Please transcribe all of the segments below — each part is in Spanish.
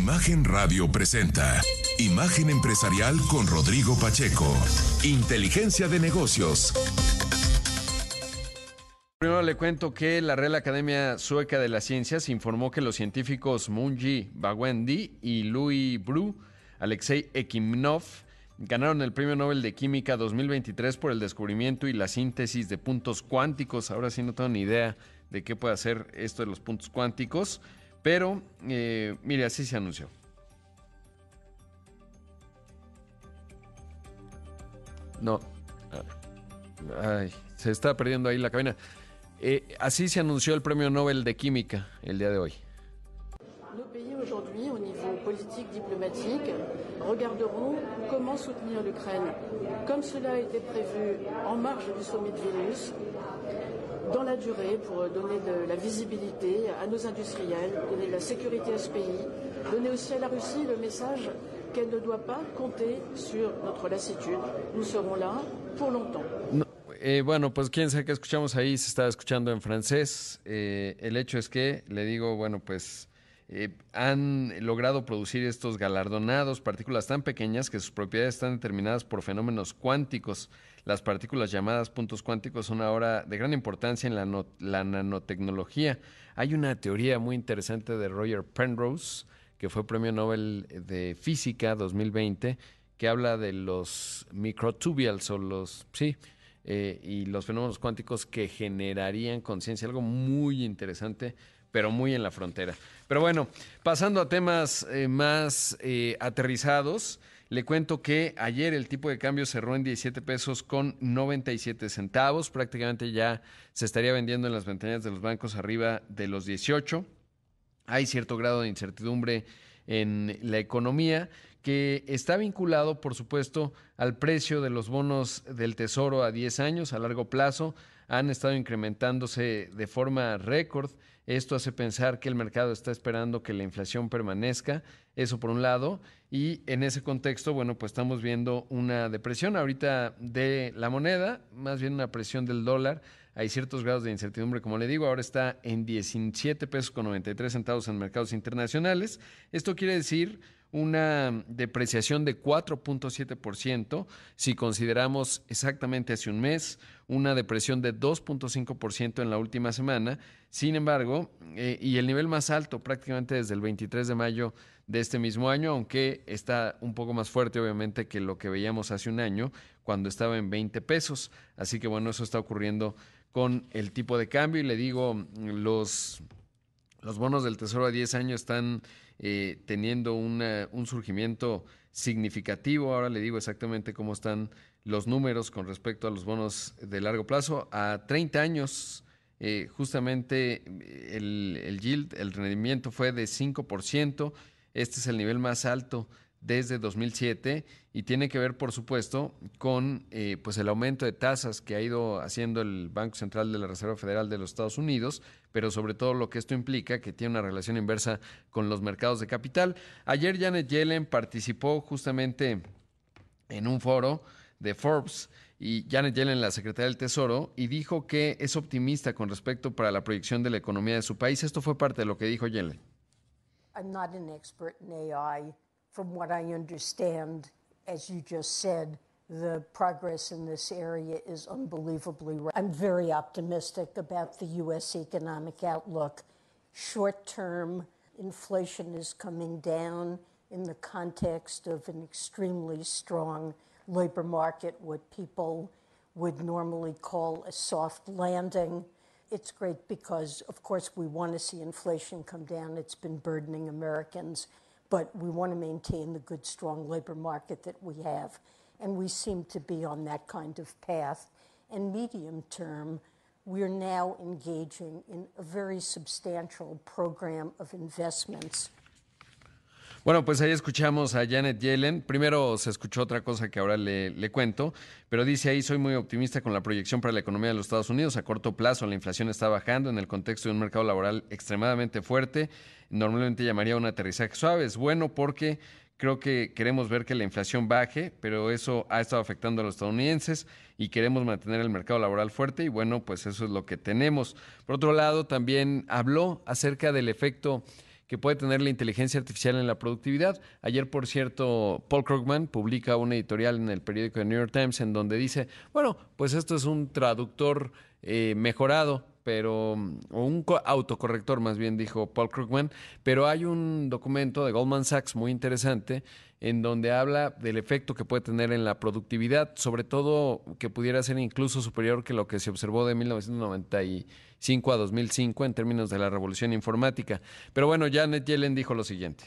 Imagen Radio presenta Imagen Empresarial con Rodrigo Pacheco. Inteligencia de negocios. Primero le cuento que la Real Academia Sueca de las Ciencias informó que los científicos Moon-Ji Bawendi y Louis Bru, Alexei Ekimov, ganaron el Premio Nobel de Química 2023 por el descubrimiento y la síntesis de puntos cuánticos. Ahora sí no tengo ni idea de qué puede hacer esto de los puntos cuánticos, pero mire, así se anunció. No, ay, se está perdiendo ahí la cabina. Así se anunció el Premio Nobel de Química el día de hoy. Nos pays aujourd'hui, au niveau politique, diplomatique, regarderont comment soutenir l'Ukraine, comme cela a été prévu en marge du sommet de Vilnius, dans la durée pour donner de la visibilité à nos industriels, donner de la sécurité à ce pays, donner aussi à la Russie le message qu'elle ne doit pas compter sur notre lassitude. Nous serons là pour longtemps. No. Bueno, pues quién sabe qué escuchamos ahí, se estaba escuchando en francés. El hecho es que, le digo, bueno, pues han logrado producir estos galardonados, partículas tan pequeñas que sus propiedades están determinadas por fenómenos cuánticos. Las partículas llamadas puntos cuánticos son ahora de gran importancia en la nanotecnología. Hay una teoría muy interesante de Roger Penrose, que fue Premio Nobel de Física 2020, que habla de los microtubules o y los fenómenos cuánticos que generarían conciencia, algo muy interesante, pero muy en la frontera. Pero bueno, pasando a temas más aterrizados, le cuento que ayer el tipo de cambio cerró en 17 pesos con 97 centavos, prácticamente ya se estaría vendiendo en las ventanillas de los bancos arriba de los 18. Hay cierto grado de incertidumbre en la economía, que está vinculado, por supuesto, al precio de los bonos del Tesoro a 10 años, a largo plazo. Han estado incrementándose de forma récord. Esto hace pensar que el mercado está esperando que la inflación permanezca. Eso por un lado. Y en ese contexto, bueno, pues estamos viendo una depresión ahorita de la moneda, más bien una presión del dólar. Hay ciertos grados de incertidumbre, como le digo, ahora está en 17 pesos con 93 centavos en mercados internacionales. Esto quiere decir una depreciación de 4.7%, si consideramos exactamente hace un mes, una depresión de 2.5% en la última semana. Sin embargo, y el nivel más alto prácticamente desde el 23 de mayo de este mismo año, aunque está un poco más fuerte obviamente que lo que veíamos hace un año cuando estaba en 20 pesos. Así que bueno, eso está ocurriendo con el tipo de cambio y le digo, los bonos del Tesoro a 10 años están teniendo un surgimiento significativo. Ahora le digo exactamente cómo están los números con respecto a los bonos de largo plazo. A 30 años, justamente el yield, el rendimiento fue de 5%. Este es el nivel más alto desde 2007 y tiene que ver, por supuesto, con pues el aumento de tasas que ha ido haciendo el Banco Central de la Reserva Federal de los Estados Unidos, pero sobre todo lo que esto implica, que tiene una relación inversa con los mercados de capital. Ayer Janet Yellen participó justamente en un foro de Forbes, y Janet Yellen, la secretaria del Tesoro, y dijo que es optimista con respecto para la proyección de la economía de su país. Esto fue parte de lo que dijo Yellen. I'm not an expert in AI. From what I understand, as you just said, the progress in this area is unbelievably rapid. I'm very optimistic about the U.S. economic outlook. Short-term inflation is coming down in the context of an extremely strong labor market, what people would normally call a soft landing. It's great because, of course, we want to see inflation come down. It's been burdening Americans. But we want to maintain the good, strong labor market that we have. And we seem to be on that kind of path. And medium term, we're now engaging in a very substantial program of investments. Bueno, pues ahí escuchamos a Janet Yellen. Primero se escuchó otra cosa que ahora le cuento, pero dice ahí: soy muy optimista con la proyección para la economía de los Estados Unidos. A corto plazo la inflación está bajando en el contexto de un mercado laboral extremadamente fuerte. Normalmente llamaría un aterrizaje suave. Es bueno porque creo que queremos ver que la inflación baje, pero eso ha estado afectando a los estadounidenses y queremos mantener el mercado laboral fuerte y bueno, pues eso es lo que tenemos. Por otro lado, también habló acerca del efecto que puede tener la inteligencia artificial en la productividad. Ayer, por cierto, Paul Krugman publica una editorial en el periódico The New York Times en donde dice, bueno, pues esto es un traductor mejorado, pero o un autocorrector más bien, dijo Paul Krugman, pero hay un documento de Goldman Sachs muy interesante en donde habla del efecto que puede tener en la productividad, sobre todo que pudiera ser incluso superior que lo que se observó de 1995 a 2005 en términos de la revolución informática. Pero bueno, Janet Yellen dijo lo siguiente.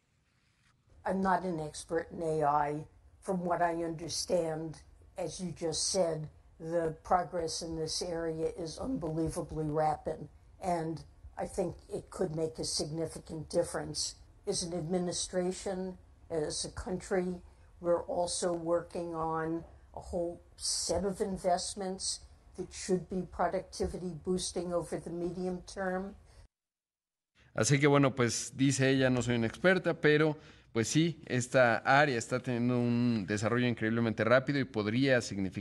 I'm not an expert in AI. From what I understand, as you just said, the progress in this area is unbelievably rapid, and I think it could make a significant difference. As an administration, as a country, we're also working on a whole set of investments that should be productivity boosting over the medium term. Así que bueno, pues dice ella, no soy una experta, pero pues sí, esta área está teniendo un desarrollo increíblemente rápido y podría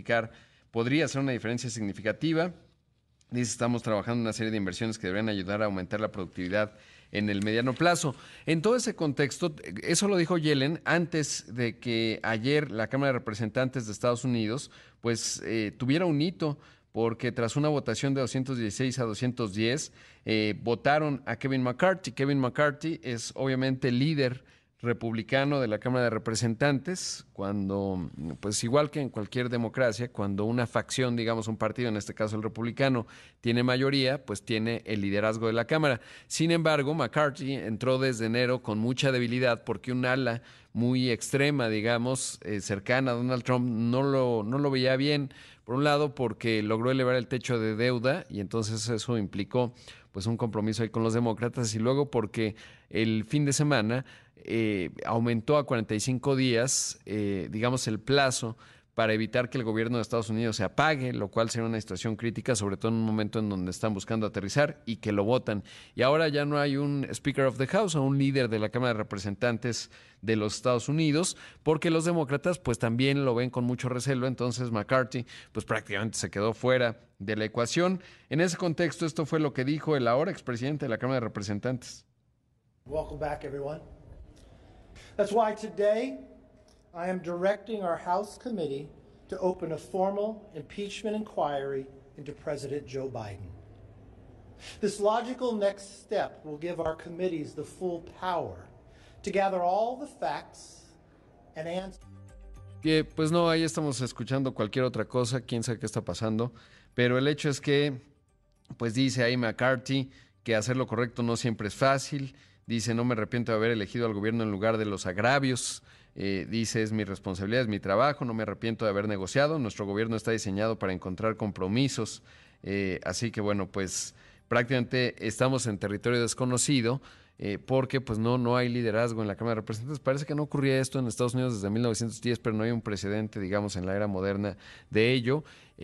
ser una diferencia significativa. Dice, estamos trabajando en una serie de inversiones que deberían ayudar a aumentar la productividad en el mediano plazo. En todo ese contexto, eso lo dijo Yellen antes de que ayer la Cámara de Representantes de Estados Unidos pues tuviera un hito, porque tras una votación de 216 a 210 votaron a Kevin McCarthy. Kevin McCarthy es obviamente el líder republicano de la Cámara de Representantes, cuando, pues igual que en cualquier democracia, cuando una facción, digamos un partido, en este caso el republicano, tiene mayoría, pues tiene el liderazgo de la Cámara. Sin embargo, McCarthy entró desde enero con mucha debilidad porque un ala muy extrema, digamos, cercana a Donald Trump, no lo veía bien. Por un lado, porque logró elevar el techo de deuda y entonces eso implicó pues un compromiso ahí con los demócratas, y luego porque el fin de semana aumentó a 45 días, digamos, el plazo para evitar que el gobierno de Estados Unidos se apague, lo cual sería una situación crítica, sobre todo en un momento en donde están buscando aterrizar y que lo votan. Y ahora ya no hay un Speaker of the House o un líder de la Cámara de Representantes de los Estados Unidos, porque los demócratas pues también lo ven con mucho recelo. Entonces McCarthy pues prácticamente se quedó fuera de la ecuación. En ese contexto, esto fue lo que dijo el ahora expresidente de la Cámara de Representantes. Welcome back, everyone. That's why today I am directing our House committee to open a formal impeachment inquiry into President Joe Biden. This logical next step will give our committees the full power to gather all the facts and answers. Que pues no, ahí estamos escuchando cualquier otra cosa, quién sabe qué está pasando, pero el hecho es que, pues dice ahí McCarthy que hacer lo correcto no siempre es fácil. Dice, no me arrepiento de haber elegido al gobierno en lugar de los agravios. Dice, es mi responsabilidad, es mi trabajo, no me arrepiento de haber negociado. Nuestro gobierno está diseñado para encontrar compromisos. Así que bueno, pues prácticamente estamos en territorio desconocido, porque pues no hay liderazgo en la Cámara de Representantes. Parece que no ocurría esto en Estados Unidos desde 1910, pero no hay un precedente, digamos, en la era moderna de ello.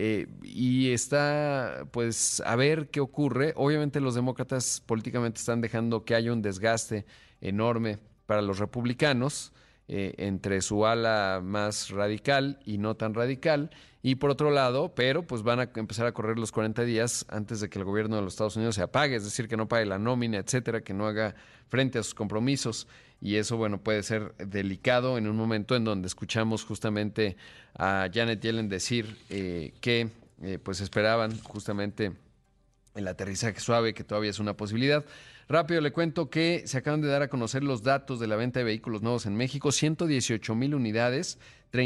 Y está, pues, a ver qué ocurre. Obviamente los demócratas políticamente están dejando que haya un desgaste enorme para los republicanos, entre su ala más radical y no tan radical, y por otro lado, pero pues van a empezar a correr los 40 días antes de que el gobierno de los Estados Unidos se apague, es decir, que no pague la nómina, etcétera, que no haga frente a sus compromisos, y eso, bueno, puede ser delicado en un momento en donde escuchamos justamente a Janet Yellen decir que pues esperaban justamente el aterrizaje suave, que todavía es una posibilidad. Rápido le cuento que se acaban de dar a conocer los datos de la venta de vehículos nuevos en México, 118,000 unidades,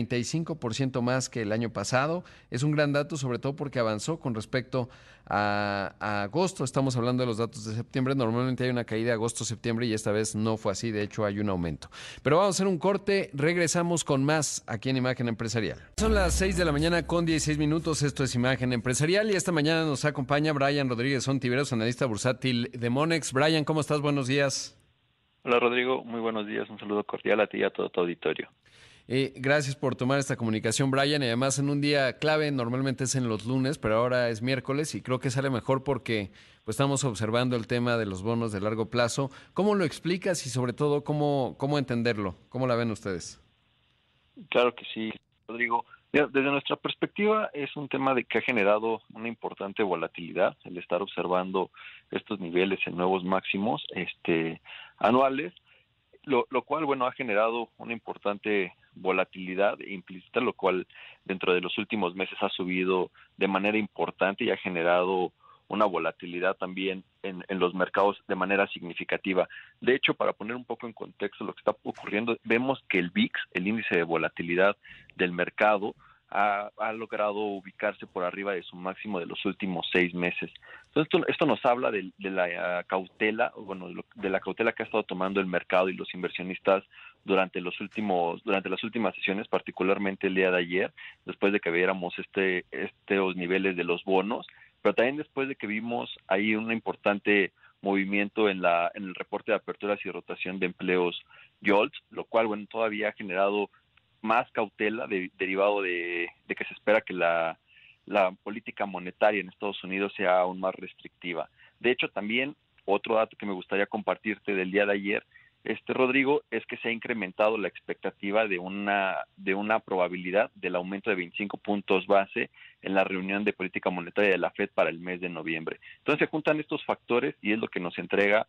35% más que el año pasado. Es un gran dato, sobre todo porque avanzó con respecto a agosto. Estamos hablando de los datos de septiembre. Normalmente hay una caída agosto-septiembre y esta vez no fue así. De hecho, hay un aumento. Pero vamos a hacer un corte. Regresamos con más aquí en Imagen Empresarial. Son las 6 de la mañana con 16 minutos. Esto es Imagen Empresarial y esta mañana nos acompaña Brian Rodríguez Ontiveros, analista bursátil de Monex. Brian, ¿cómo estás? Buenos días. Hola, Rodrigo. Muy buenos días. Un saludo cordial a ti y a todo tu auditorio. Gracias por tomar esta comunicación, Brian, y además en un día clave. Normalmente es en los lunes, pero ahora es miércoles y creo que sale mejor porque pues, estamos observando el tema de los bonos de largo plazo. ¿Cómo lo explicas y sobre todo cómo entenderlo? ¿Cómo la ven ustedes? Claro que sí, Rodrigo. Mira, desde nuestra perspectiva es un tema de que ha generado una importante volatilidad el estar observando estos niveles en nuevos máximos anuales, lo cual, bueno, ha generado una importante volatilidad implícita, lo cual dentro de los últimos meses ha subido de manera importante y ha generado una volatilidad también en los mercados de manera significativa. De hecho, para poner un poco en contexto lo que está ocurriendo, vemos que el VIX, el índice de volatilidad del mercado, ha logrado ubicarse por arriba de su máximo de los últimos 6 meses. Entonces, esto nos habla de la cautela, bueno, de la cautela que ha estado tomando el mercado y los inversionistas durante las últimas sesiones, particularmente el día de ayer, después de que viéramos estos niveles de los bonos, pero también después de que vimos ahí un importante movimiento en el reporte de aperturas y rotación de empleos JOLTS, lo cual, bueno, todavía ha generado más cautela derivado de que se espera que la política monetaria en Estados Unidos sea aún más restrictiva. De hecho, también otro dato que me gustaría compartirte del día de ayer, Rodrigo, es que se ha incrementado la expectativa de una probabilidad del aumento de 25 puntos base en la reunión de política monetaria de la Fed para el mes de noviembre. Entonces se juntan estos factores y es lo que nos entrega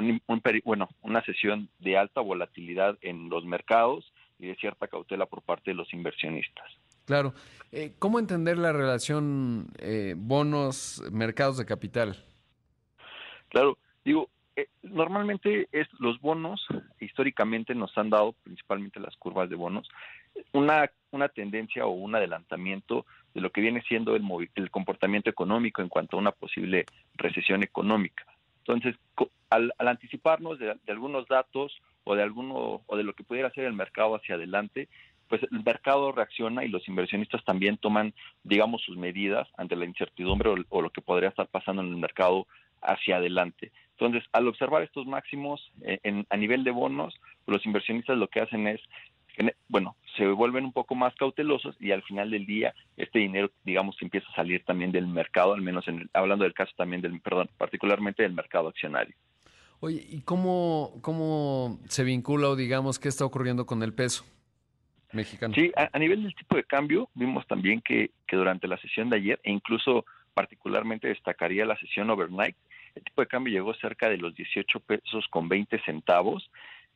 una sesión de alta volatilidad en los mercados y de cierta cautela por parte de los inversionistas. Claro. ¿Cómo entender la relación bonos, mercados de capital? Claro, digo, normalmente los bonos históricamente nos han dado, principalmente las curvas de bonos, una tendencia o un adelantamiento de lo que viene siendo el comportamiento económico en cuanto a una posible recesión económica. Entonces, al anticiparnos de algunos datos o de lo que pudiera ser el mercado hacia adelante, pues el mercado reacciona y los inversionistas también toman, digamos, sus medidas ante la incertidumbre o lo que podría estar pasando en el mercado hacia adelante. Entonces, al observar estos máximos a nivel de bonos, los inversionistas lo que hacen es, se vuelven un poco más cautelosos y al final del día este dinero, digamos, empieza a salir también del mercado, al menos hablando del caso también particularmente del mercado accionario. Oye, ¿y cómo se vincula o digamos qué está ocurriendo con el peso mexicano? Sí, a nivel del tipo de cambio, vimos también que durante la sesión de ayer, e incluso particularmente destacaría la sesión overnight, el tipo de cambio llegó cerca de los 18 pesos con 20 centavos,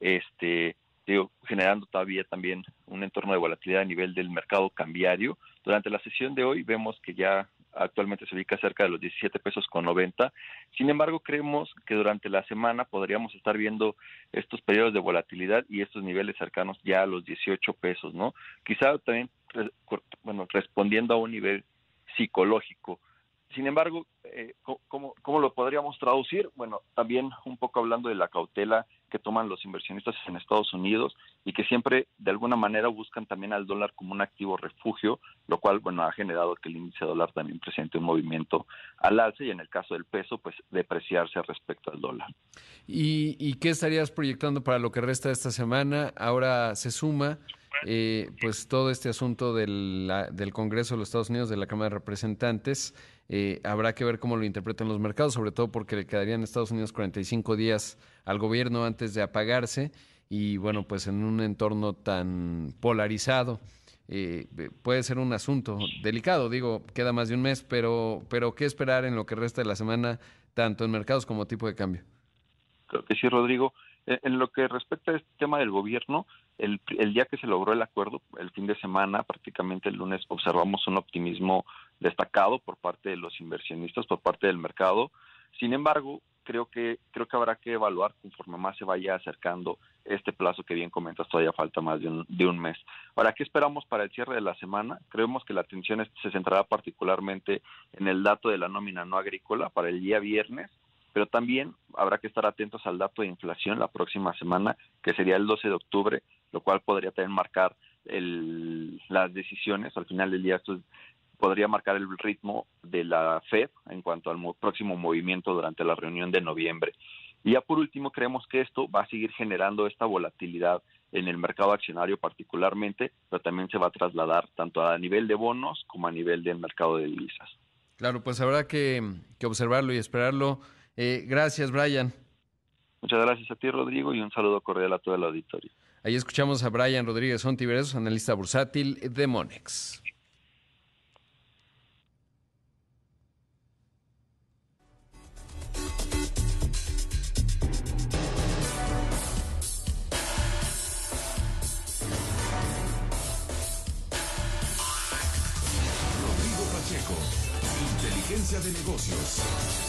generando todavía también un entorno de volatilidad a nivel del mercado cambiario. Durante la sesión de hoy vemos que ya actualmente se ubica cerca de los 17 pesos con 90. Sin embargo, creemos que durante la semana podríamos estar viendo estos periodos de volatilidad y estos niveles cercanos ya a los 18 pesos, ¿no? Quizá también, respondiendo a un nivel psicológico. Sin embargo, ¿cómo lo podríamos traducir? Bueno, también un poco hablando de la cautela que toman los inversionistas en Estados Unidos y que siempre de alguna manera buscan también al dólar como un activo refugio, lo cual, ha generado que el índice dólar también presente un movimiento al alza y en el caso del peso, pues depreciarse respecto al dólar. ¿Y qué estarías proyectando para lo que resta de esta semana? Ahora se suma pues todo este asunto del Congreso de los Estados Unidos, de la Cámara de Representantes. Habrá que ver cómo lo interpretan los mercados, sobre todo porque le quedarían a Estados Unidos 45 días al gobierno antes de apagarse y bueno, pues en un entorno tan polarizado puede ser un asunto delicado. Digo, queda más de un mes, pero ¿qué esperar en lo que resta de la semana, tanto en mercados como tipo de cambio? Creo que sí, Rodrigo. En lo que respecta a este tema del gobierno, el día que se logró el acuerdo, el fin de semana, prácticamente el lunes, observamos un optimismo destacado por parte de los inversionistas, por parte del mercado. Sin embargo, creo que habrá que evaluar conforme más se vaya acercando este plazo que bien comentas, todavía falta más de un mes. Ahora, ¿qué esperamos para el cierre de la semana? Creemos que la atención se centrará particularmente en el dato de la nómina no agrícola para el día viernes, pero también habrá que estar atentos al dato de inflación la próxima semana, que sería el 12 de octubre, lo cual podría también marcar las decisiones. Al final del día esto podría marcar el ritmo de la Fed en cuanto al próximo movimiento durante la reunión de noviembre. Y ya por último, creemos que esto va a seguir generando esta volatilidad en el mercado accionario particularmente, pero también se va a trasladar tanto a nivel de bonos como a nivel del mercado de divisas. Claro, pues habrá que observarlo y esperarlo. Gracias, Brian. Muchas gracias a ti, Rodrigo, y un saludo cordial a todo el auditorio. Ahí escuchamos a Brian Rodríguez Ontiveros, analista bursátil de Monex. de negocios.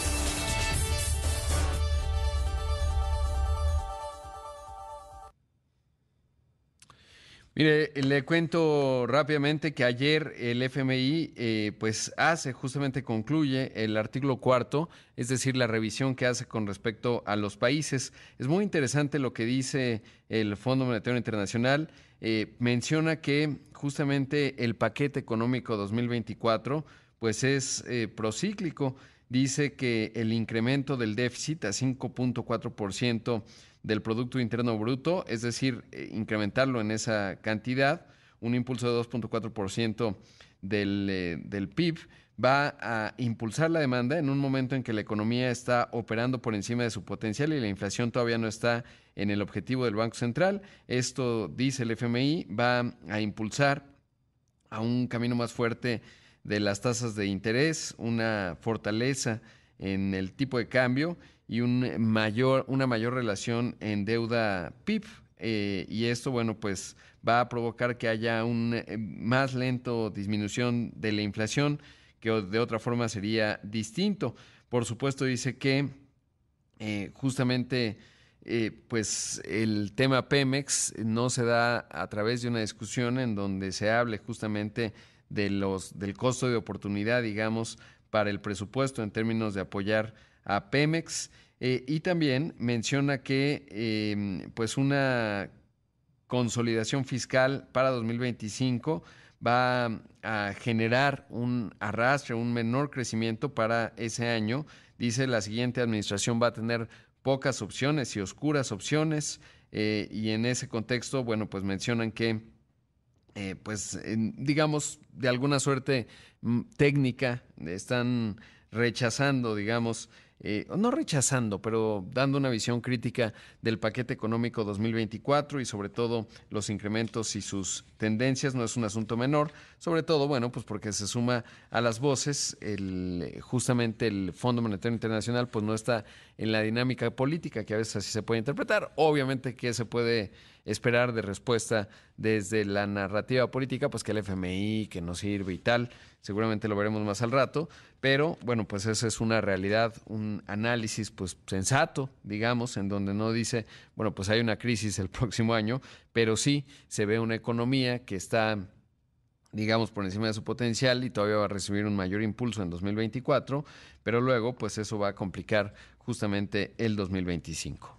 Mire, le cuento rápidamente que ayer el FMI concluye el artículo 4, es decir, la revisión que hace con respecto a los países. Es muy interesante lo que dice el Fondo Monetario Internacional. Menciona que justamente el paquete económico 2024 pues es procíclico. Dice que el incremento del déficit a 5.4% del Producto Interno Bruto, es decir, incrementarlo en esa cantidad, un impulso de 2.4% del PIB, va a impulsar la demanda en un momento en que la economía está operando por encima de su potencial y la inflación todavía no está en el objetivo del Banco Central. Esto, dice el FMI, va a impulsar a un camino más fuerte de las tasas de interés, una fortaleza en el tipo de cambio y una mayor relación en deuda PIB. Y esto, bueno, pues va a provocar que haya un más lento disminución de la inflación, que de otra forma sería distinto. Por supuesto, dice que justamente pues el tema Pemex no se da a través de una discusión en donde se hable justamente del costo de oportunidad, digamos, para el presupuesto en términos de apoyar a Pemex, y también menciona que pues una consolidación fiscal para 2025 va a generar un arrastre, un menor crecimiento para ese año. Dice, la siguiente administración va a tener pocas opciones y oscuras opciones, y en ese contexto, bueno, pues mencionan que digamos, de alguna suerte técnica, están rechazando, digamos, no rechazando, pero dando una visión crítica del paquete económico 2024 y sobre todo los incrementos y sus tendencias. No es un asunto menor, sobre todo, bueno, pues porque se suma a las voces, justamente el Fondo Monetario Internacional pues no está en la dinámica política, que a veces así se puede interpretar. Obviamente que se puede esperar de respuesta desde la narrativa política, pues que el FMI, que no sirve y tal, seguramente lo veremos más al rato, pero bueno, pues esa es una realidad, un análisis pues sensato, digamos, en donde no dice, bueno, pues hay una crisis el próximo año, pero sí se ve una economía que está, digamos, por encima de su potencial y todavía va a recibir un mayor impulso en 2024, pero luego pues eso va a complicar justamente el 2025.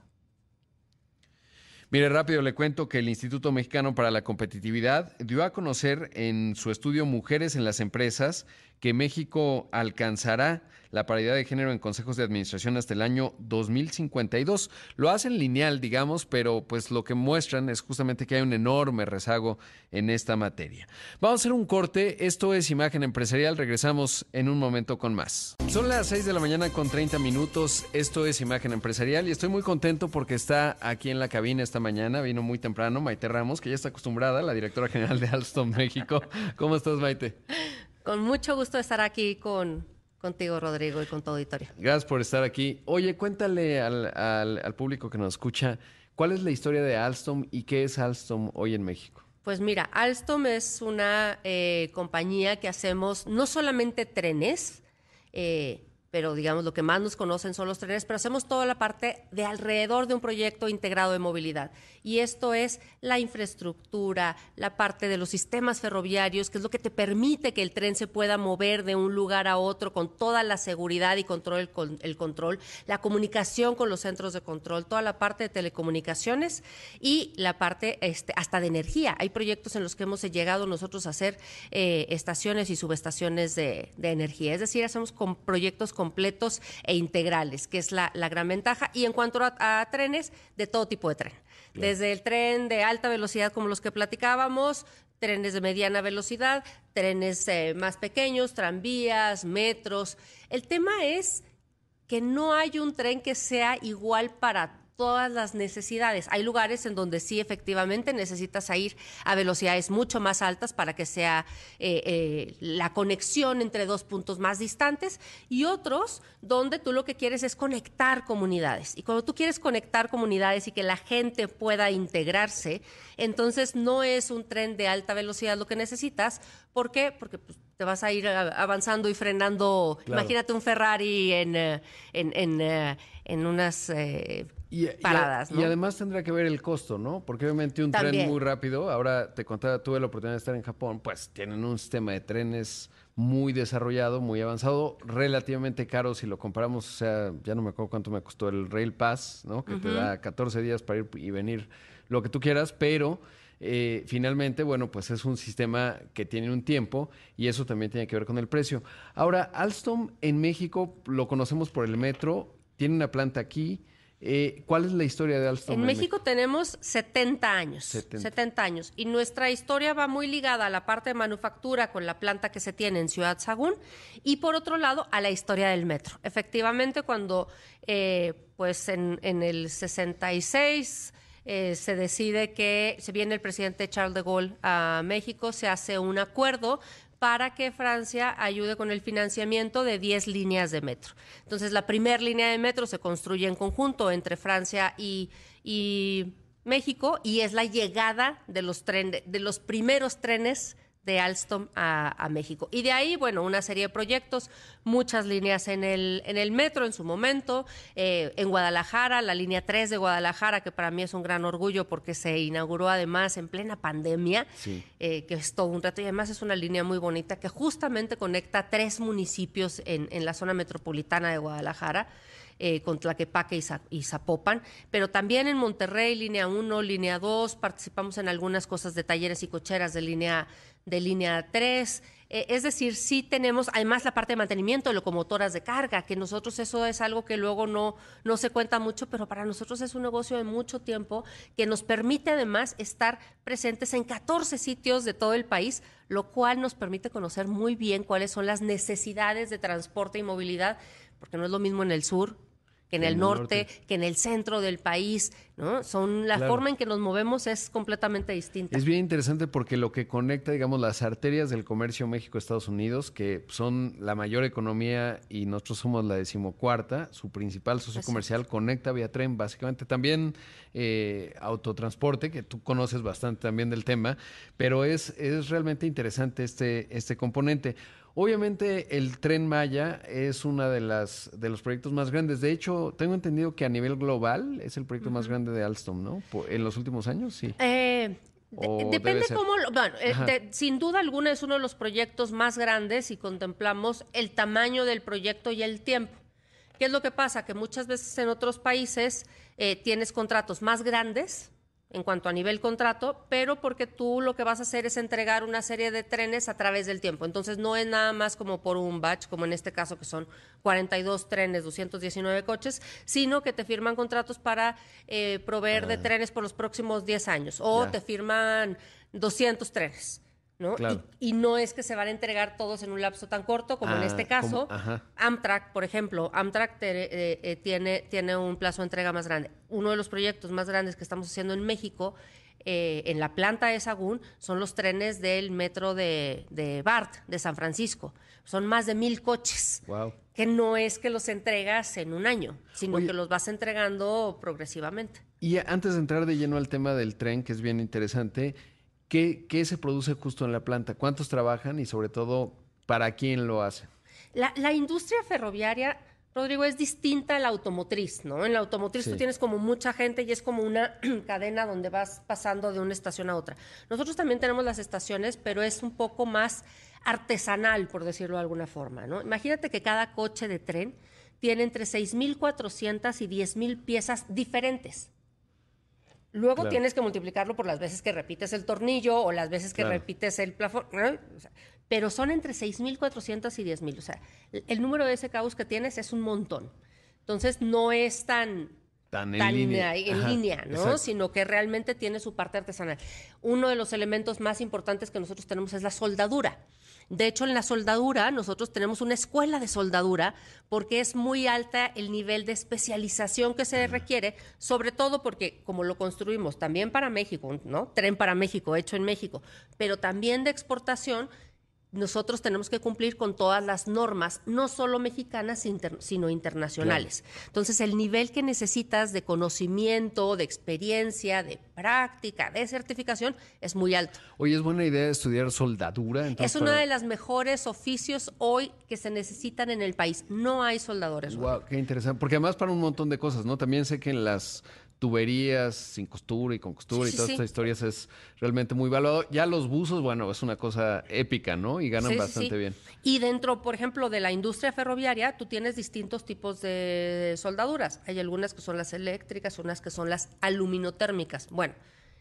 Mire, rápido le cuento que el Instituto Mexicano para la Competitividad dio a conocer en su estudio Mujeres en las Empresas que México alcanzará la paridad de género en consejos de administración hasta el año 2052. Lo hacen lineal, digamos, pero pues lo que muestran es justamente que hay un enorme rezago en esta materia. Vamos a hacer un corte. Esto es Imagen Empresarial. Regresamos en un momento con más. Son las 6 de la mañana con 30 minutos. Esto es Imagen Empresarial y estoy muy contento porque está aquí en la cabina esta mañana. Vino muy temprano Maite Ramos, que ya está acostumbrada, la directora general de Alstom México. ¿Cómo estás, Maite? Con mucho gusto de estar aquí contigo, Rodrigo, y con tu auditorio. Gracias por estar aquí. Oye, cuéntale al público que nos escucha, ¿cuál es la historia de Alstom y qué es Alstom hoy en México? Pues mira, Alstom es una compañía que hacemos no solamente trenes, pero digamos lo que más nos conocen son los trenes, pero hacemos toda la parte de alrededor de un proyecto integrado de movilidad. Y esto es la infraestructura, la parte de los sistemas ferroviarios, que es lo que te permite que el tren se pueda mover de un lugar a otro con toda la seguridad y el control, la comunicación con los centros de control, toda la parte de telecomunicaciones y la parte hasta de energía. Hay proyectos en los que hemos llegado nosotros a hacer estaciones y subestaciones de energía. Es decir, hacemos proyectos completos e integrales, que es la gran ventaja. Y en cuanto a trenes, de todo tipo de tren. Claro. Desde el tren de alta velocidad, como los que platicábamos, trenes de mediana velocidad, trenes más pequeños, tranvías, metros. El tema es que no hay un tren que sea igual para todas las necesidades. Hay lugares en donde sí efectivamente necesitas ir a velocidades mucho más altas para que sea la conexión entre dos puntos más distantes, y otros donde tú lo que quieres es conectar comunidades. Y cuando tú quieres conectar comunidades y que la gente pueda integrarse, entonces no es un tren de alta velocidad lo que necesitas. ¿Por qué? Porque pues, te vas a ir avanzando y frenando. Claro. Imagínate un Ferrari en unas paradas, ¿no? Y además tendrá que ver el costo, ¿no? Porque obviamente un tren muy rápido, ahora te contaba, tuve la oportunidad de estar en Japón, pues tienen un sistema de trenes muy desarrollado, muy avanzado, relativamente caro si lo comparamos, o sea, ya no me acuerdo cuánto me costó el Rail Pass, ¿no? Que te da 14 días para ir y venir lo que tú quieras, pero finalmente, bueno, pues es un sistema que tiene un tiempo y eso también tiene que ver con el precio. Ahora, Alstom en México lo conocemos por el metro, tiene una planta aquí. ¿Cuál es la historia de Alstom? En México tenemos 70 años. 70 años. Y nuestra historia va muy ligada a la parte de manufactura con la planta que se tiene en Ciudad Sagún y por otro lado a la historia del metro. Efectivamente, cuando pues en el 66 se decide que se viene el presidente Charles de Gaulle a México, se hace un acuerdo para que Francia ayude con el financiamiento de 10 líneas de metro. Entonces, la primera línea de metro se construye en conjunto entre Francia y México y es la llegada de los primeros trenes de Alstom a México. Y de ahí, bueno, una serie de proyectos, muchas líneas en el metro en su momento, en Guadalajara, la línea 3 de Guadalajara, que para mí es un gran orgullo porque se inauguró además en plena pandemia, que es todo un reto, y además es una línea muy bonita que justamente conecta 3 municipios en la zona metropolitana de Guadalajara, con Tlaquepaque y Zapopan, pero también en Monterrey, línea 1, línea 2, participamos en algunas cosas de talleres y cocheras de línea 3, es decir, sí tenemos además la parte de mantenimiento de locomotoras de carga, que nosotros eso es algo que luego no se cuenta mucho, pero para nosotros es un negocio de mucho tiempo que nos permite además estar presentes en 14 sitios de todo el país, lo cual nos permite conocer muy bien cuáles son las necesidades de transporte y movilidad, porque no es lo mismo en el sur que en el norte, que en el centro del país, ¿no? La forma en que nos movemos es completamente distinta. Es bien interesante porque lo que conecta, digamos, las arterias del comercio México-Estados Unidos, que son la mayor economía y nosotros somos la 14ª, su principal socio comercial, conecta vía tren, básicamente también autotransporte, que tú conoces bastante también del tema, pero es realmente interesante este componente. Obviamente el Tren Maya es uno de los proyectos más grandes. De hecho, tengo entendido que a nivel global es el proyecto más grande de Alstom, ¿no? En los últimos años, sí. Depende cómo... sin duda alguna es uno de los proyectos más grandes y contemplamos el tamaño del proyecto y el tiempo. ¿Qué es lo que pasa? Que muchas veces en otros países tienes contratos más grandes en cuanto a nivel contrato, pero porque tú lo que vas a hacer es entregar una serie de trenes a través del tiempo. Entonces no es nada más como por un batch, como en este caso que son 42 trenes, 219 coches, sino que te firman contratos para proveer de trenes por los próximos 10 años o te firman 200 trenes. ¿No? Claro. Y no es que se van a entregar todos en un lapso tan corto como en este caso. Amtrak, por ejemplo, tiene un plazo de entrega más grande. Uno de los proyectos más grandes que estamos haciendo en México, en la planta de Sagún, son los trenes del metro de BART, de San Francisco. Son más de 1,000 coches. Wow. Que no es que los entregas en un año, sino que los vas entregando progresivamente. Y antes de entrar de lleno al tema del tren, que es bien interesante, ¿qué se produce justo en la planta? ¿Cuántos trabajan y sobre todo para quién lo hacen? La industria ferroviaria, Rodrigo, es distinta a la automotriz, ¿no? En la automotriz tú tienes como mucha gente y es como una cadena donde vas pasando de una estación a otra. Nosotros también tenemos las estaciones, pero es un poco más artesanal, por decirlo de alguna forma, ¿no? Imagínate que cada coche de tren tiene entre 6,400 y 10,000 piezas diferentes. Luego tienes que multiplicarlo por las veces que repites el tornillo o las veces que repites el plafón, ¿no? O sea, pero son entre 6,400 y 10,000. O sea, el número de SKUs que tienes es un montón. Entonces, no es tan en línea, ¿no? Exacto. Sino que realmente tiene su parte artesanal. Uno de los elementos más importantes que nosotros tenemos es la soldadura. De hecho, en la soldadura, nosotros tenemos una escuela de soldadura porque es muy alta el nivel de especialización que se requiere, sobre todo porque como lo construimos también para México, ¿no? Tren para México, hecho en México, pero también de exportación, nosotros tenemos que cumplir con todas las normas, no solo mexicanas, sino internacionales. Claro. Entonces, el nivel que necesitas de conocimiento, de experiencia, de práctica, de certificación, es muy alto. Oye, ¿es buena idea estudiar soldadura? Entonces, es uno de los mejores oficios hoy que se necesitan en el país. No hay soldadores. Wow, qué interesante. Porque además para un montón de cosas, ¿no? También sé que en las tuberías sin costura y con costura y todas estas historias es realmente muy valuado. Ya los buzos, bueno, es una cosa épica, ¿no? Y ganan bastante bien. Y dentro, por ejemplo, de la industria ferroviaria, tú tienes distintos tipos de soldaduras. Hay algunas que son las eléctricas, unas que son las aluminotérmicas. Bueno,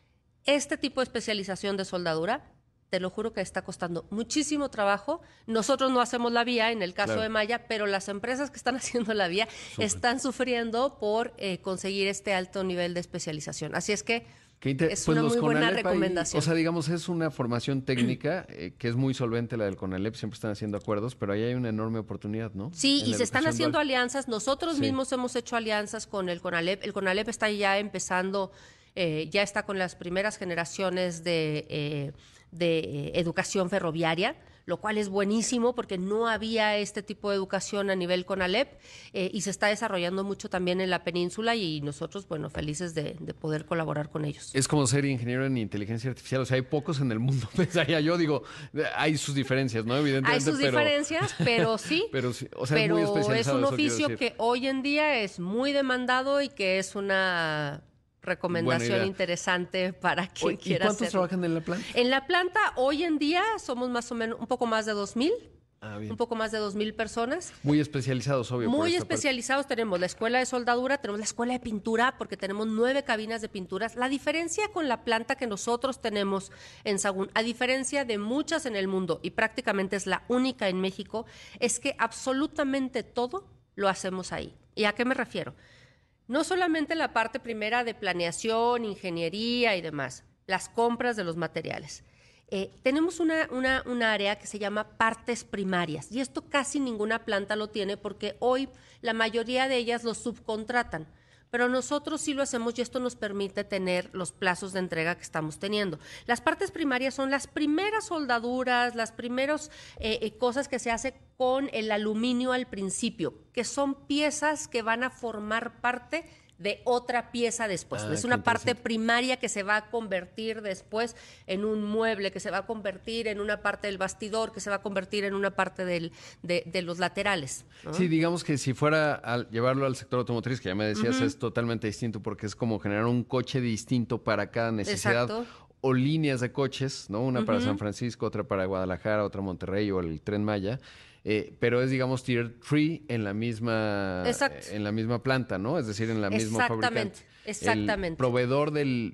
este tipo de especialización de soldadura, te lo juro que está costando muchísimo trabajo. Nosotros no hacemos la vía en el caso de Maya, pero las empresas que están haciendo la vía están sufriendo por conseguir este alto nivel de especialización. Así es que es una muy buena recomendación. O sea, digamos, es una formación técnica que es muy solvente la del CONALEP, siempre están haciendo acuerdos, pero ahí hay una enorme oportunidad, ¿no? Sí, y se están haciendo alianzas. Nosotros mismos hemos hecho alianzas con el CONALEP. El CONALEP está ya empezando, ya está con las primeras generaciones de educación ferroviaria, lo cual es buenísimo porque no había este tipo de educación a nivel CONALEP y se está desarrollando mucho también en la península y nosotros, bueno, felices de poder colaborar con ellos. Es como ser ingeniero en inteligencia artificial, o sea, hay pocos en el mundo, pensaría yo, digo, hay sus diferencias, ¿no? Evidentemente. Hay sus diferencias, pero sí. Pero sí, o sea, es muy especializado. Es un oficio que hoy en día es muy demandado y que es una recomendación interesante para quien quiera hacerlo. ¿Y cuántos trabajan en la planta? En la planta hoy en día somos más o menos un poco más de 2,000. Un poco más de 2,000 personas. Muy especializados, obvio. Muy especializados. Tenemos la escuela de soldadura, tenemos la escuela de pintura, porque tenemos 9 cabinas de pinturas. La diferencia con la planta que nosotros tenemos en Sahagún, a diferencia de muchas en el mundo, y prácticamente es la única en México, es que absolutamente todo lo hacemos ahí. ¿Y a qué me refiero? No solamente la parte primera de planeación, ingeniería y demás, las compras de los materiales. Tenemos una área que se llama partes primarias y esto casi ninguna planta lo tiene porque hoy la mayoría de ellas lo subcontratan. Pero nosotros sí lo hacemos y esto nos permite tener los plazos de entrega que estamos teniendo. Las partes primarias son las primeras soldaduras, las primeras cosas que se hace con el aluminio al principio, que son piezas que van a formar parte de otra pieza después. Es una parte primaria que se va a convertir después en un mueble, que se va a convertir en una parte del bastidor, que se va a convertir en una parte de los laterales, ¿no? Sí, digamos que si fuera a llevarlo al sector automotriz, que ya me decías, es totalmente distinto porque es como generar un coche distinto para cada necesidad. Exacto. O líneas de coches, ¿no? Una para San Francisco, otra para Guadalajara, otra Monterrey o el Tren Maya. Pero es, digamos, Tier 3 en la misma planta, ¿no? Es decir, en la misma fabricante. Exactamente. El proveedor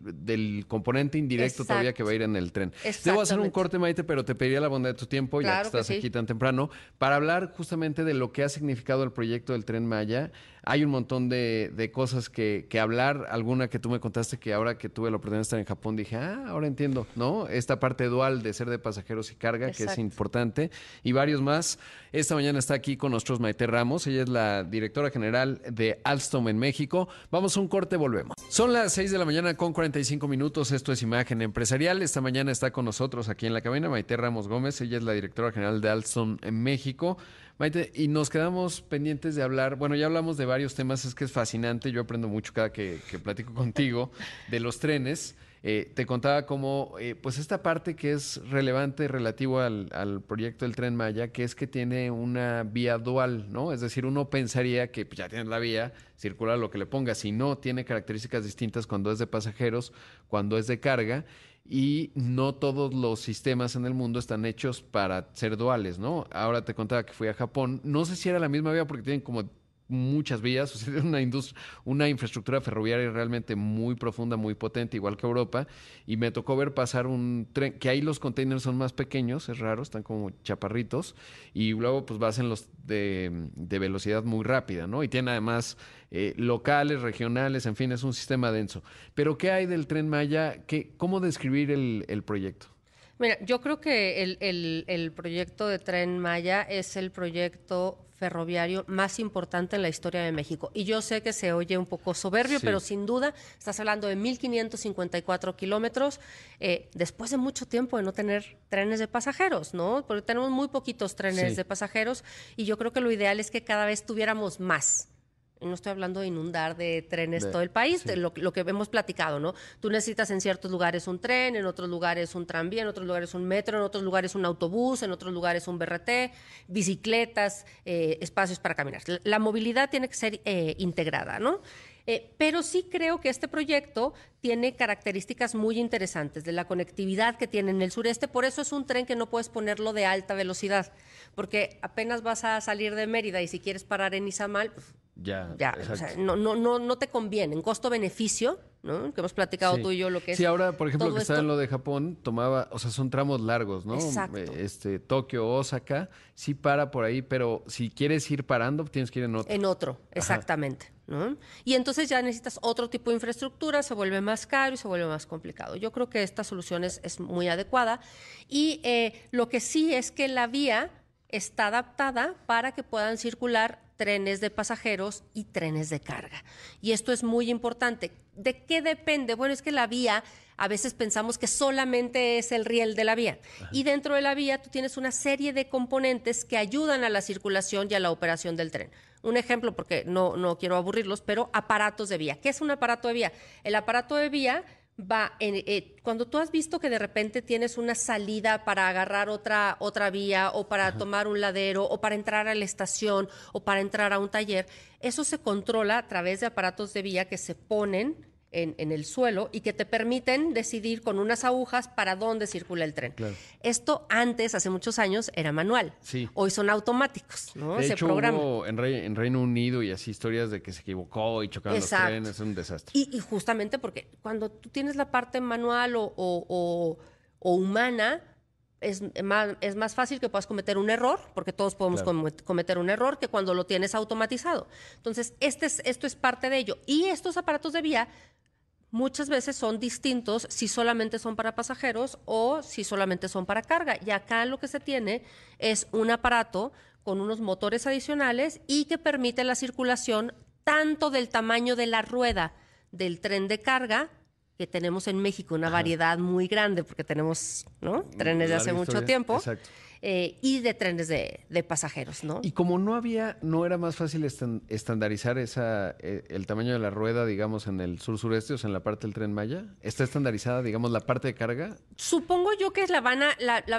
del componente indirecto todavía que va a ir en el tren. Debo hacer un corte, Maite, pero te pediría la bondad de tu tiempo, ya que estás aquí tan temprano, para hablar justamente de lo que ha significado el proyecto del Tren Maya. Hay un montón de cosas que hablar, alguna que tú me contaste que ahora que tuve la oportunidad de estar en Japón dije, ahora entiendo, ¿no? Esta parte dual de ser de pasajeros y carga, que es importante, y varios más. Esta mañana está aquí con nosotros Maite Ramos, ella es la directora general de Alstom en México. Vamos a un corte, volvemos. Son las 6 de la mañana con 45 minutos, esto es Imagen Empresarial. Esta mañana está con nosotros aquí en la cabina Maite Ramos Gómez, ella es la directora general de Alstom en México. Maite, y nos quedamos pendientes de hablar, bueno, ya hablamos de varios temas, es que es fascinante, yo aprendo mucho cada que platico contigo de los trenes. Te contaba cómo, pues esta parte que es relevante relativo al proyecto del Tren Maya, que es que tiene una vía dual, ¿no? Es decir, uno pensaría que pues, ya tienes la vía, circula lo que le pongas, si no, tiene características distintas cuando es de pasajeros, cuando es de carga, y no todos los sistemas en el mundo están hechos para ser duales, ¿no? Ahora te contaba que fui a Japón, no sé si era la misma vía porque tienen como muchas vías, o sea, una infraestructura ferroviaria realmente muy profunda, muy potente, igual que Europa, y me tocó ver pasar un tren, que ahí los containers son más pequeños, es raro, están como chaparritos, y luego pues vas en los de velocidad muy rápida, ¿no? Y tiene además locales, regionales, en fin, es un sistema denso. Pero ¿qué hay del Tren Maya? ¿Cómo describir el proyecto? Mira, yo creo que el proyecto de Tren Maya es el proyecto ferroviario más importante en la historia de México. Y yo sé que se oye un poco soberbio, Sí. pero sin duda estás hablando de 1,554 kilómetros, después de mucho tiempo de no tener trenes de pasajeros, ¿no? Porque tenemos muy poquitos trenes Sí. de pasajeros y yo creo que lo ideal es que cada vez tuviéramos más. Y no estoy hablando de inundar de trenes todo el país, sí. de lo que hemos platicado, ¿no? Tú necesitas en ciertos lugares un tren, en otros lugares un tranvía, en otros lugares un metro, en otros lugares un autobús, en otros lugares un BRT, bicicletas, espacios para caminar. La movilidad tiene que ser integrada, ¿no? Pero sí creo que este proyecto tiene características muy interesantes de la conectividad que tiene en el sureste. Por eso es un tren que no puedes ponerlo de alta velocidad, porque apenas vas a salir de Mérida y si quieres parar en Izamal, pues, Ya, ya, o sea, no te conviene. En costo-beneficio, ¿no? Que hemos platicado Sí. tú y yo lo que es. Sí, ahora, por ejemplo, todo que estaba esto. en lo de Japón, tomaba, o sea, son tramos largos, ¿no? Exacto. Tokio, Osaka, sí para por ahí, pero si quieres ir parando, tienes que ir en otro. En otro, exactamente, ¿no? Y entonces ya necesitas otro tipo de infraestructura, se vuelve más caro y se vuelve más complicado. Yo creo que esta solución es muy adecuada. Y lo que sí es que la vía está adaptada para que puedan circular trenes de pasajeros y trenes de carga. Y esto es muy importante. ¿De qué depende? Bueno, es que la vía, a veces pensamos que solamente es el riel de la vía. Y dentro de la vía tú tienes una serie de componentes que ayudan a la circulación y a la operación del tren. Un ejemplo, porque no quiero aburrirlos, pero aparatos de vía. ¿Qué es un aparato de vía? El aparato de vía va cuando tú has visto que de repente tienes una salida para agarrar otra vía o para tomar un ladero o para entrar a la estación o para entrar a un taller, eso se controla a través de aparatos de vía que se ponen en el suelo y que te permiten decidir con unas agujas para dónde circula el tren. Claro. Esto antes, hace muchos años, era manual. Sí. Hoy son automáticos, ¿no? De Se hecho, programan. hubo en Reino Unido y así historias de que se equivocó y chocaron Exacto. los trenes, es un desastre. Y justamente porque cuando tú tienes la parte manual o humana, es más fácil que puedas cometer un error, porque todos podemos cometer un error, que cuando lo tienes automatizado. Entonces, esto es parte de ello. Y estos aparatos de vía muchas veces son distintos si solamente son para pasajeros o si solamente son para carga. Y acá lo que se tiene es un aparato con unos motores adicionales y que permite la circulación tanto del tamaño de la rueda del tren de carga, que tenemos en México una variedad muy grande, porque tenemos, ¿no?, trenes de hace Larga mucho historia. tiempo, Exacto. y de trenes de pasajeros, ¿no? Y como no era más fácil estandarizar el tamaño de la rueda, digamos, en el sur-sureste, o sea, en la parte del Tren Maya, ¿está estandarizada, digamos, la parte de carga? Supongo yo que la van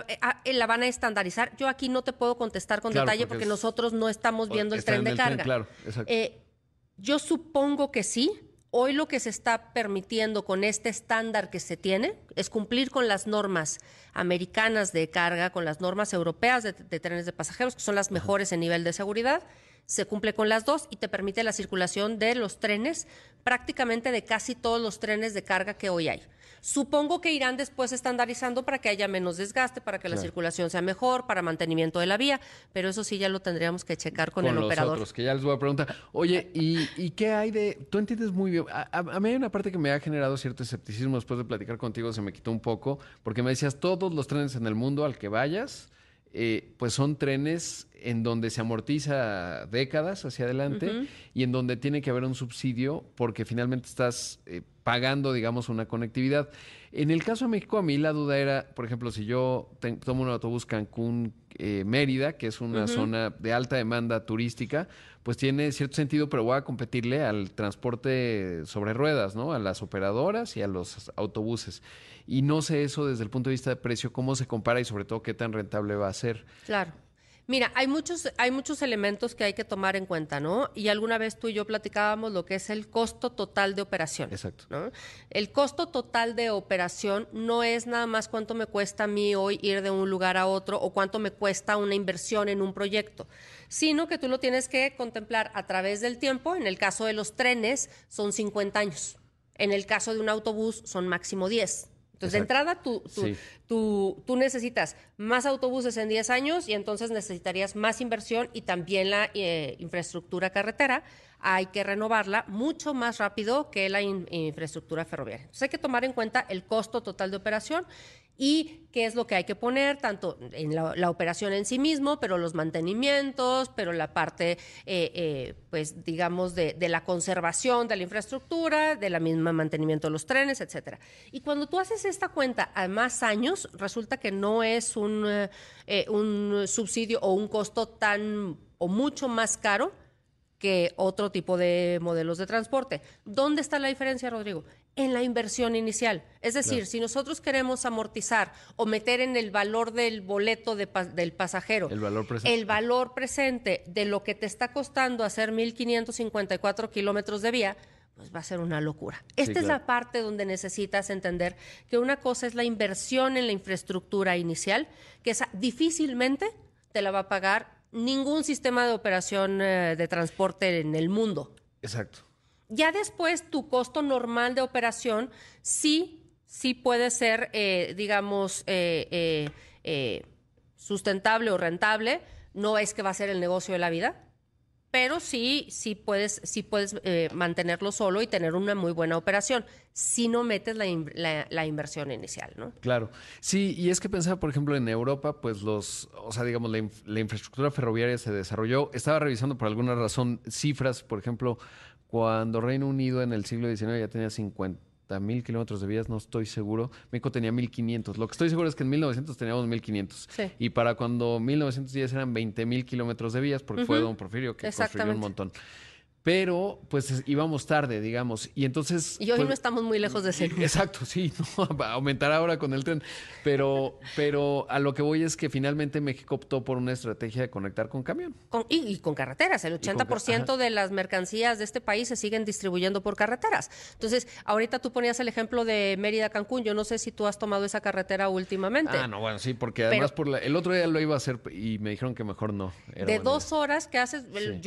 a estandarizar. Yo aquí no te puedo contestar con Claro, detalle porque porque nosotros no estamos viendo el está tren en de el tren, carga. claro, exacto. Yo supongo que sí. Hoy lo que se está permitiendo con este estándar que se tiene es cumplir con las normas americanas de carga, con las normas europeas de trenes de pasajeros, que son las mejores en nivel de seguridad. Se cumple con las dos y te permite la circulación de los trenes, prácticamente de casi todos los trenes de carga que hoy hay. Supongo que irán después estandarizando para que haya menos desgaste, para que la circulación sea mejor, para mantenimiento de la vía, pero eso sí ya lo tendríamos que checar con el los operador. Otros, que ya les voy a preguntar. Oye, ¿y qué hay de...? Tú entiendes muy bien. A mí hay una parte que me ha generado cierto escepticismo después de platicar contigo, se me quitó un poco, porque me decías, todos los trenes en el mundo al que vayas, pues son trenes en donde se amortiza décadas hacia adelante y en donde tiene que haber un subsidio porque finalmente estás pagando, digamos, una conectividad. En el caso de México, a mí la duda era, por ejemplo, si yo tomo un autobús Cancún-Mérida, que es una zona de alta demanda turística, pues tiene cierto sentido, pero voy a competirle al transporte sobre ruedas, ¿no? A las operadoras y a los autobuses. Y no sé eso desde el punto de vista de precio, cómo se compara y sobre todo qué tan rentable va a ser. Claro. Mira, hay muchos elementos que hay que tomar en cuenta, ¿no? Y alguna vez tú y yo platicábamos lo que es el costo total de operación. Exacto. ¿No? El costo total de operación no es nada más cuánto me cuesta a mí hoy ir de un lugar a otro o cuánto me cuesta una inversión en un proyecto, sino que tú lo tienes que contemplar a través del tiempo. En el caso de los trenes son 50 años. En el caso de un autobús son máximo 10. Entonces, Exacto. de entrada, tú necesitas más autobuses en 10 años y entonces necesitarías más inversión y también la infraestructura carretera. hay que renovarla mucho más rápido que la infraestructura ferroviaria. Entonces hay que tomar en cuenta el costo total de operación y qué es lo que hay que poner, tanto en la operación en sí mismo, pero los mantenimientos, pero la parte, pues digamos, de la conservación de la infraestructura, de la misma mantenimiento de los trenes, etcétera. Y cuando tú haces esta cuenta a más años, resulta que no es un subsidio o un costo tan o mucho más caro que otro tipo de modelos de transporte. ¿Dónde está la diferencia, Rodrigo? En la inversión inicial. Es decir, si nosotros queremos amortizar o meter en el valor del boleto del pasajero el valor presente de lo que te está costando hacer 1,554 kilómetros de vía, pues va a ser una locura. Esta es la parte donde necesitas entender que una cosa es la inversión en la infraestructura inicial, que esa difícilmente te la va a pagar ningún sistema de operación de transporte en el mundo. Exacto. Ya después, tu costo normal de operación sí puede ser, digamos, sustentable o rentable. No es que va a ser el negocio de la vida, pero sí puedes mantenerlo solo y tener una muy buena operación si no metes la inversión inicial, ¿no? Claro. Sí, y es que pensaba, por ejemplo, en Europa, pues digamos, la infraestructura ferroviaria se desarrolló. Estaba revisando por alguna razón cifras, por ejemplo, cuando Reino Unido en el siglo XIX ya tenía 50,000 kilómetros de vías, no estoy seguro. México tenía 1,500. Lo que estoy seguro es que en 1900 teníamos 1,500. Sí. Y para cuando 1910 eran 20,000 kilómetros de vías, porque fue don Porfirio que construyó un montón. Pero, pues, íbamos tarde, digamos. Y entonces... Y hoy pues, no estamos muy lejos de ser. Exacto, sí. No, va a aumentar ahora con el tren. Pero a lo que voy es que finalmente México optó por una estrategia de conectar con camión. Y con carreteras. El 80% de las mercancías de este país se siguen distribuyendo por carreteras. Entonces, ahorita tú ponías el ejemplo de Mérida-Cancún. Yo no sé si tú has tomado esa carretera últimamente. No, bueno, sí, porque además el otro día lo iba a hacer y me dijeron que mejor no. De 2 horas que haces... Sí.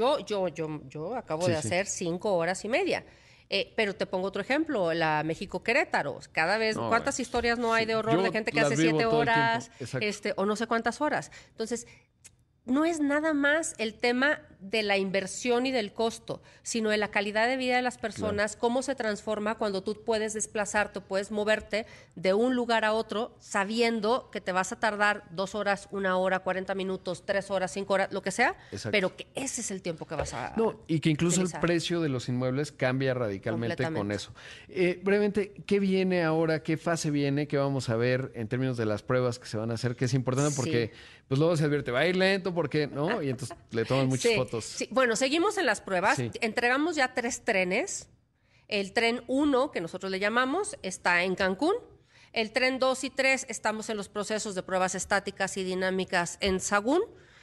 Yo acabo de hacer 5 horas y media. Pero te pongo otro ejemplo, la México-Querétaro. Cada vez, ¿cuántas historias no hay de horror de gente que hace 7 horas o no sé cuántas horas? Entonces, no es nada más el tema de la inversión y del costo, sino de la calidad de vida de las personas, cómo se transforma cuando tú puedes desplazarte, puedes moverte de un lugar a otro sabiendo que te vas a tardar 2 horas, 1 hora, 40 minutos, 3 horas, 5 horas, lo que sea, pero que ese es el tiempo que vas a y que incluso utilizar. El precio de los inmuebles cambia radicalmente con eso. Brevemente, ¿qué viene ahora? ¿Qué fase viene? ¿Qué vamos a ver en términos de las pruebas que se van a hacer? Que es importante porque pues luego se advierte, va a ir lento porque, ¿no? Y entonces le toman muchas fotos. Sí. Bueno, seguimos en las pruebas. Sí. Entregamos ya 3 trenes. El tren 1, que nosotros le llamamos, está en Cancún. El tren 2 y 3 estamos en los procesos de pruebas estáticas y dinámicas en Sagún.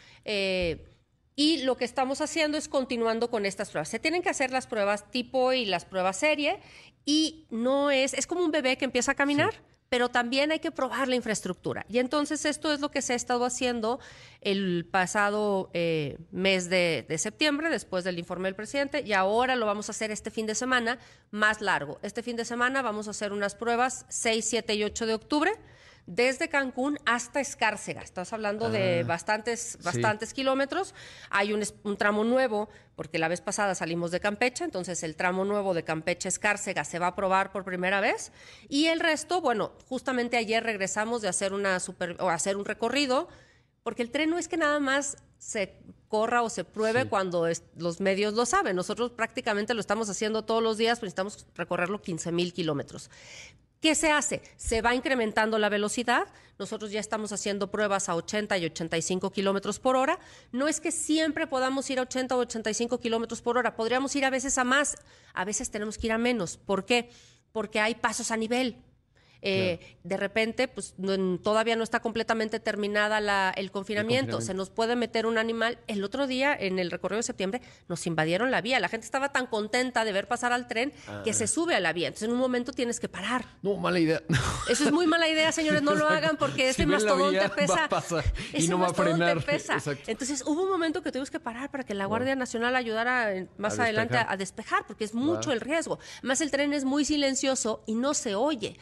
Y lo que estamos haciendo es continuando con estas pruebas. Se tienen que hacer las pruebas tipo y las pruebas serie. Y no es como un bebé que empieza a caminar. Sí. Pero también hay que probar la infraestructura. Y entonces esto es lo que se ha estado haciendo el pasado mes de septiembre, después del informe del presidente, y ahora lo vamos a hacer este fin de semana más largo. Este fin de semana vamos a hacer unas pruebas 6, 7 y 8 de octubre, desde Cancún hasta Escárcega. Estás hablando de bastantes kilómetros. Hay un tramo nuevo, porque la vez pasada salimos de Campeche, entonces el tramo nuevo de Campeche-Escárcega se va a probar por primera vez. Y el resto, bueno, justamente ayer regresamos de hacer hacer un recorrido, porque el tren no es que nada más se corra o se pruebe cuando los medios lo saben. Nosotros prácticamente lo estamos haciendo todos los días, pero necesitamos recorrerlo 15,000 kilómetros. ¿Qué se hace? Se va incrementando la velocidad. Nosotros ya estamos haciendo pruebas a 80 y 85 kilómetros por hora. No es que siempre podamos ir a 80 o 85 kilómetros por hora. Podríamos ir a veces a más. A veces tenemos que ir a menos. ¿Por qué? Porque hay pasos a nivel. De repente, pues todavía no está completamente terminada el confinamiento. Se nos puede meter un animal. El otro día, en el recorrido de septiembre, nos invadieron la vía. La gente estaba tan contenta de ver pasar al tren que se sube a la vía. Entonces, en un momento tienes que parar. No, mala idea. Eso es muy mala idea, señores. No lo hagan porque este mastodonte pesa. Y no va a frenar. Pesa. Entonces, hubo un momento que tuvimos que parar para que la Guardia Nacional ayudara más adelante a despejar, porque es mucho el riesgo. Más el tren es muy silencioso y no se oye. No es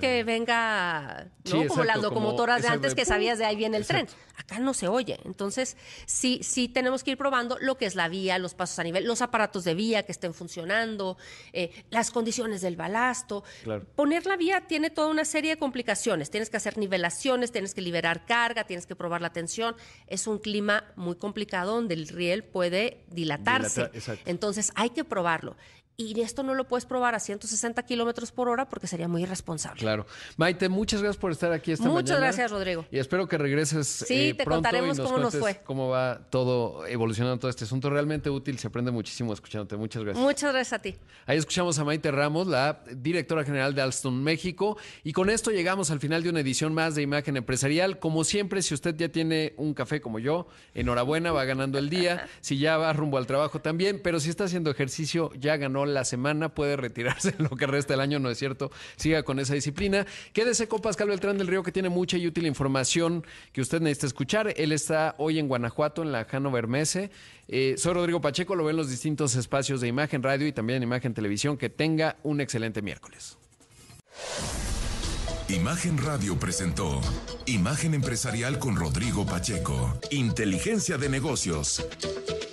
que venga, ¿no? Sí, como exacto, las locomotoras como de esa antes de que ¡pum! sabías de ahí viene el Exacto. tren. Acá no se oye. Entonces, sí tenemos que ir probando lo que es la vía, los pasos a nivel, los aparatos de vía que estén funcionando, las condiciones del balasto. Claro. Poner la vía tiene toda una serie de complicaciones. Tienes que hacer nivelaciones, tienes que liberar carga, tienes que probar la tensión. Es un clima muy complicado donde el riel puede dilatarse. Exacto. Entonces, hay que probarlo. Y esto no lo puedes probar a 160 kilómetros por hora porque sería muy irresponsable. Claro. Maite, muchas gracias por estar aquí esta mañana. Muchas gracias, Rodrigo. Y espero que regreses Sí, te pronto contaremos y nos cómo nos cuentes fue. cómo va todo evolucionando todo este asunto. Realmente útil, se aprende muchísimo escuchándote. Muchas gracias. Muchas gracias a ti. Ahí escuchamos a Maite Ramos, la directora general de Alstom México. Y con esto llegamos al final de una edición más de Imagen Empresarial. Como siempre, si usted ya tiene un café como yo, enhorabuena, va ganando el día. Si ya va rumbo al trabajo también. Pero si está haciendo ejercicio, ya ganó la semana, puede retirarse en lo que resta del año, no es cierto. Siga con esa disciplina. Quédese con Pascal Beltrán del Río, que tiene mucha y útil información que usted necesita escuchar. Él está hoy en Guanajuato, en la Hannover Messe. Soy Rodrigo Pacheco, lo ven en los distintos espacios de Imagen Radio y también en Imagen Televisión. Que tenga un excelente miércoles. Imagen Radio presentó Imagen Empresarial con Rodrigo Pacheco. Inteligencia de negocios.